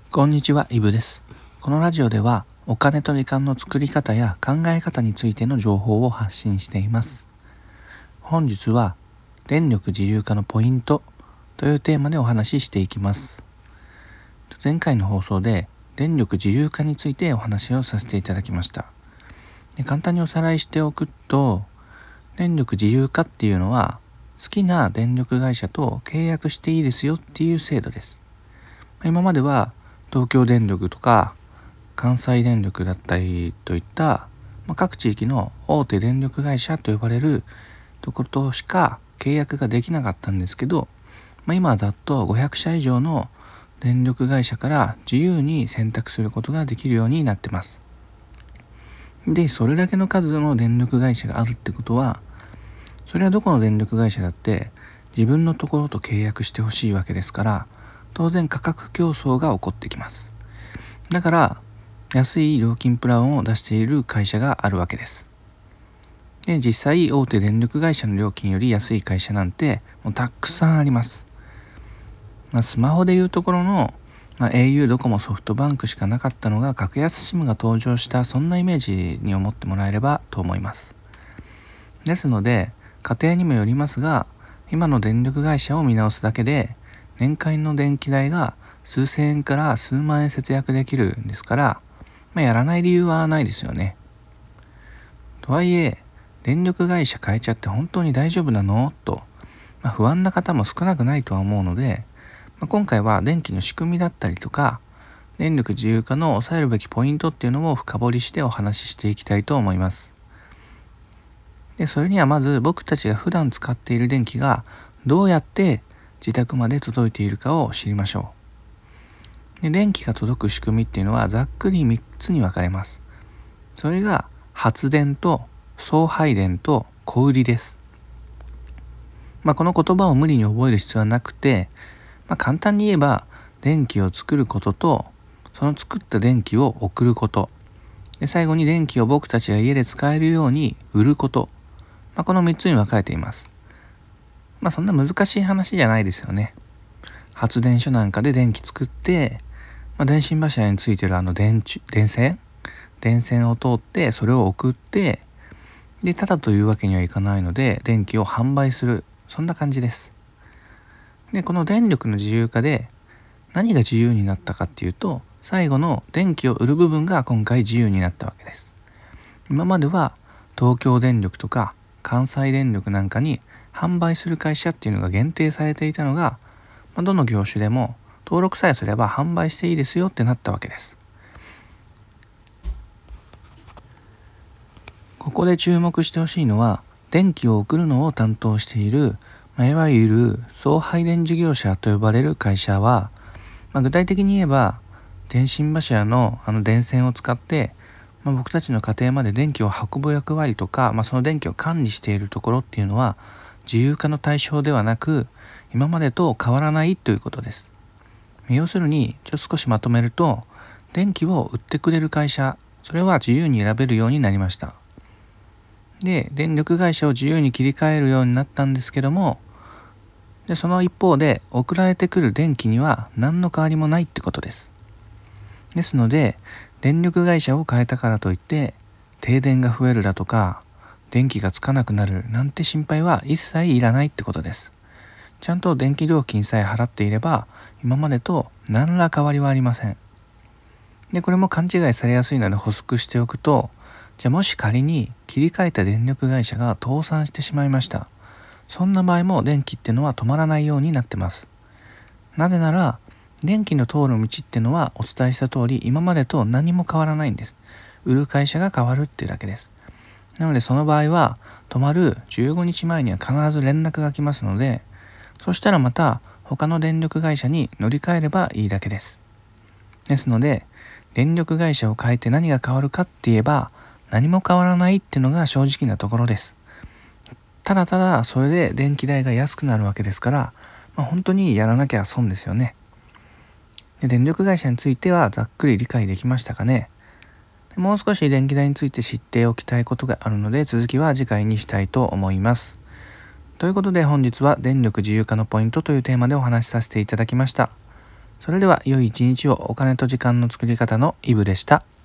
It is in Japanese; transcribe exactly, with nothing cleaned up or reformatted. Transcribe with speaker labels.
Speaker 1: こんにちは、イブです。このラジオではお金と時間の作り方や考え方についての情報を発信しています。本日は電力自由化のポイントというテーマでお話ししていきます。前回の放送で電力自由化についてお話をさせていただきました。で簡単におさらいしておくと、電力自由化っていうのは好きな電力会社と契約していいですよっていう制度です。今までは東京電力とか関西電力だったりといった、まあ、各地域の大手電力会社と呼ばれるところとしか契約ができなかったんですけど、まあ、今はざっとごひゃくしゃ以上の電力会社から自由に選択することができるようになってます。で、それだけの数の電力会社があるってことは、それはどこの電力会社だって自分のところと契約してほしいわけですから、当然価格競争が起こってきます。だから安い料金プランを出している会社があるわけです。で、実際大手電力会社の料金より安い会社なんてもうたくさんあります。まあ、スマホでいうところの、まあ、au、ドコモ、ソフトバンクしかなかったのが格安 SIM が登場した、そんなイメージに思ってもらえればと思います。ですので家庭にもよりますが、今の電力会社を見直すだけで年間の電気代が数千円から数万円節約できるんですから、まあ、やらない理由はないですよね。とはいえ電力会社変えちゃって本当に大丈夫なのと、まあ、不安な方も少なくないとは思うので、まあ、今回は電気の仕組みだったりとか電力自由化の抑えるべきポイントっていうのを深掘りしてお話ししていきたいと思います。で、それにはまず僕たちが普段使っている電気がどうやって自宅まで届いているかを知りましょう。で、電気が届く仕組みっていうのはざっくりみっつに分かれます。それが発電と送配電と小売りです。まあ、この言葉を無理に覚える必要はなくて、まあ、簡単に言えば電気を作ることとその作った電気を送ること、で最後に電気を僕たちが家で使えるように売ること、まあ、このみっつに分かれています。まあそんな難しい話じゃないですよね。発電所なんかで電気作って、まあ、電信柱についてるあの電柱電線電線を通ってそれを送って、でただというわけにはいかないので電気を販売する、そんな感じです。で、この電力の自由化で何が自由になったかっていうと、最後の電気を売る部分が今回自由になったわけです。今までは東京電力とか関西電力なんかに販売する会社っていうのが限定されていたのが、まあ、どの業種でも登録さえすれば販売していいですよってなったわけです。ここで注目してほしいのは、電気を送るのを担当している、まあ、いわゆる送配電事業者と呼ばれる会社は、まあ、具体的に言えば電信柱のあの電線を使って、まあ、僕たちの家庭まで電気を運ぶ役割とか、まあ、その電気を管理しているところっていうのは自由化の対象ではなく、今までと変わらないということです。要するにちょっと少しまとめると、電気を売ってくれる会社、それは自由に選べるようになりました。で、電力会社を自由に切り替えるようになったんですけども、でその一方で送られてくる電気には何の変わりもないってことです。ですので電力会社を変えたからといって停電が増えるだとか電気がつかなくなるなんて心配は一切いらないってことです。ちゃんと電気料金さえ払っていれば今までと何ら変わりはありません。で、これも勘違いされやすいので補足しておくと、じゃあもし仮に切り替えた電力会社が倒産してしまいました。そんな場合も電気ってのは止まらないようになってます。なぜなら電気の通る道ってのはお伝えした通り今までと何も変わらないんです。売る会社が変わるっていうだけです。なのでその場合は止まるじゅうごにちまえには必ず連絡が来ますので、そしたらまた他の電力会社に乗り換えればいいだけです。ですので電力会社を変えて何が変わるかって言えば何も変わらないっていうのが正直なところです。ただただそれで電気代が安くなるわけですから、まあ、本当にやらなきゃ損ですよね。で、電力会社についてはざっくり理解できましたかね。もう少し電気代について知っておきたいことがあるので、続きは次回にしたいと思います。ということで本日は電力自由化のポイントというテーマでお話しさせていただきました。 それでは良い一日を。お金と時間の作り方のイブでした。